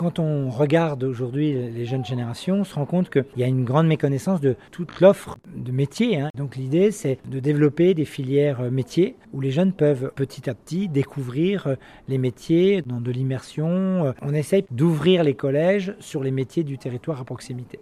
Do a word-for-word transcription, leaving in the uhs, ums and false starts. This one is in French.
Quand on regarde aujourd'hui les jeunes générations, on se rend compte qu'il y a une grande méconnaissance de toute l'offre de métiers. Hein. Donc l'idée, c'est de développer des filières métiers où les jeunes peuvent petit à petit découvrir les métiers dans de l'immersion. On essaye d'ouvrir les collèges sur les métiers du territoire à proximité.